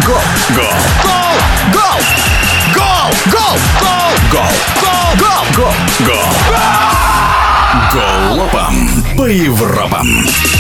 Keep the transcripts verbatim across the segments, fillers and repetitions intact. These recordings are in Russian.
Гол! Гол! Гол! Гол! Гол! Гол! Гол! Гол! Гол! Гол! Голлопом по Европам.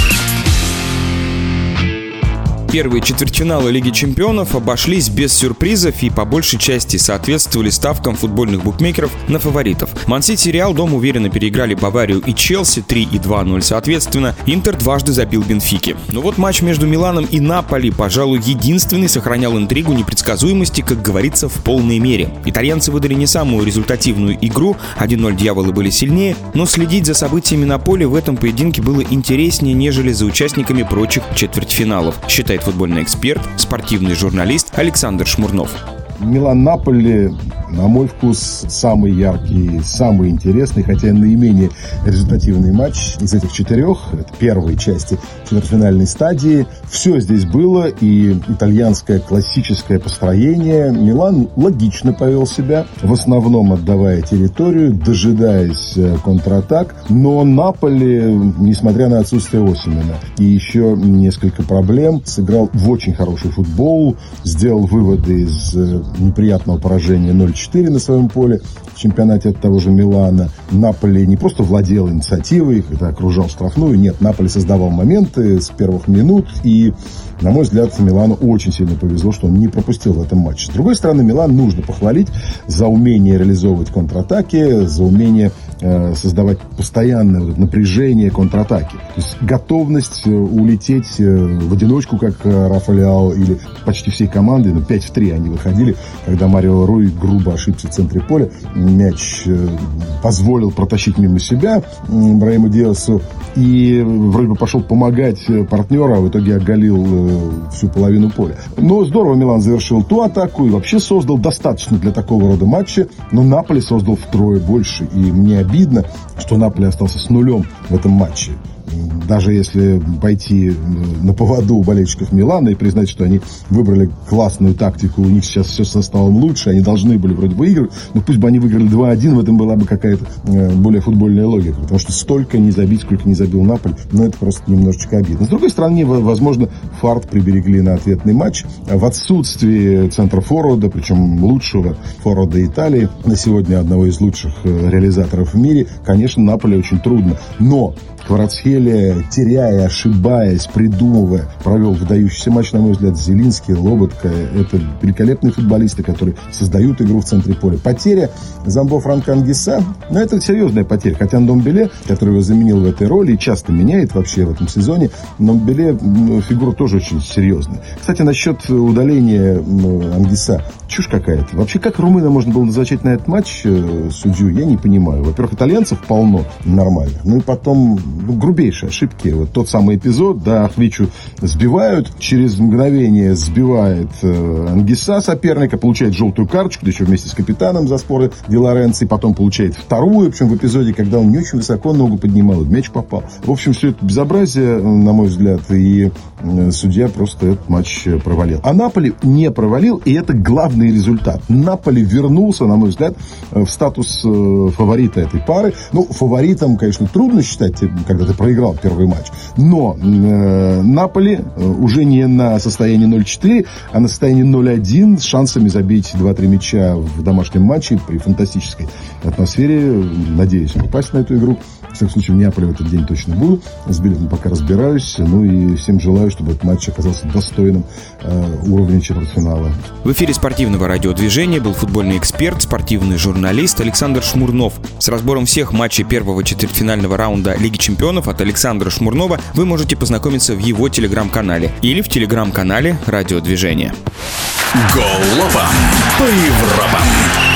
Первые четвертьфиналы Лиги Чемпионов обошлись без сюрпризов и по большей части соответствовали ставкам футбольных букмекеров на фаворитов. Ман-Сити и Реал дома уверенно переиграли Баварию и Челси три и два-ноль соответственно. Интер дважды забил Бенфике. Но вот матч между Миланом и Наполи, пожалуй, единственный сохранял интригу непредсказуемости, как говорится, в полной мере. Итальянцы выдали не самую результативную игру, один-ноль дьяволы были сильнее, но следить за событиями на поле в этом поединке было интереснее, нежели за участниками прочих четвертьфиналов, считает футбольный эксперт, спортивный журналист Александр Шмурнов. Милан-Наполи, на мой вкус, самый яркий, самый интересный, хотя наименее результативный матч из этих четырех. Это первой части четвертьфинальной стадии. Все здесь было, и итальянское классическое построение. Милан логично повел себя, в основном отдавая территорию, дожидаясь контратак. Но Наполи, несмотря на отсутствие Осимена и еще несколько проблем, сыграл в очень хороший футбол, сделал выводы из неприятного поражения ноль-четыре на своем поле в чемпионате от того же Милана. Наполи не просто владел инициативой, когда окружал штрафную. Нет, Наполи создавал моменты с первых минут. И, на мой взгляд, Милану очень сильно повезло, что он не пропустил в этом матче. С другой стороны, Милан нужно похвалить за умение реализовывать контратаки, за умение э, создавать постоянное вот, напряжение контратаки. То есть готовность улететь в одиночку, как Рафа Леао или почти всей командой. Ну, пять в три они выходили, когда Марио Руй грубо ошибся в центре поля. Мяч э, позволил протащить мимо себя Браиму Диасу и вроде бы пошел помогать партнеру, а в итоге оголил э, всю половину поля. Но здорово Милан завершил ту атаку и вообще создал достаточно для такого рода матча, но Наполи создал втрое больше. И мне обидно, что Наполи остался с нулем в этом матче. Даже если пойти на поводу у болельщиков Милана и признать, что они выбрали классную тактику, у них сейчас все с составом лучше, они должны были вроде выиграть, но пусть бы они выиграли два-один, в этом была бы какая-то более футбольная логика, потому что столько не забить, сколько не забил Наполь, но это просто немножечко обидно. С другой стороны, возможно, фарт приберегли на ответный матч. В отсутствии центра форварда, причем лучшего форварда Италии, на сегодня одного из лучших реализаторов в мире, конечно, Наполи очень трудно, но Кварацхелия, теряя, ошибаясь, придумывая, провел выдающийся матч, на мой взгляд. Зелинский, Лоботка — это великолепные футболисты, которые создают игру в центре поля. Потеря Замбо Франко Ангиса, ну, это серьезная потеря. Хотя Ндомбеле, который его заменил в этой роли и часто меняет вообще в этом сезоне, Ндомбеле фигура тоже очень серьезная. Кстати, насчет удаления Ангиса. Чушь какая-то. Вообще, как румына можно было назначать на этот матч э, судью, я не понимаю. Во-первых, итальянцев полно нормально. Ну и потом ну, грубейшие ошибки. Вот тот самый эпизод, да, Ахвичу сбивают, через мгновение сбивает э, Ангиса соперника, получает желтую карточку, да еще вместе с капитаном за споры Ди Лоренцо, и потом получает вторую, причем в эпизоде, когда он не очень высоко ногу поднимал, и мяч попал. В общем, все это безобразие, на мой взгляд, и э, судья просто этот матч провалил. А Наполи не провалил, и это главный результат. Наполи вернулся, на мой взгляд, в статус фаворита этой пары. Ну, фаворитом, конечно, трудно считать, когда ты проиграл первый матч. Но э, Наполи уже не на состоянии ноль-четыре, а на состоянии ноль-один с шансами забить два-три мяча в домашнем матче при фантастической атмосфере. Надеюсь попасть на эту игру. В всяком случае, в Неаполе в этот день точно буду. С билетом пока разбираюсь. Ну и всем желаю, чтобы этот матч оказался достойным э, уровня четвертьфинала. В эфире спортивного радиодвижения был футбольный эксперт, спортивный журналист Александр Шмурнов. С разбором всех матчей первого четвертьфинального раунда Лиги Чемпионов от Александра Шмурнова вы можете познакомиться в его телеграм-канале или в телеграм-канале Радиодвижения. Голлопом по Европам.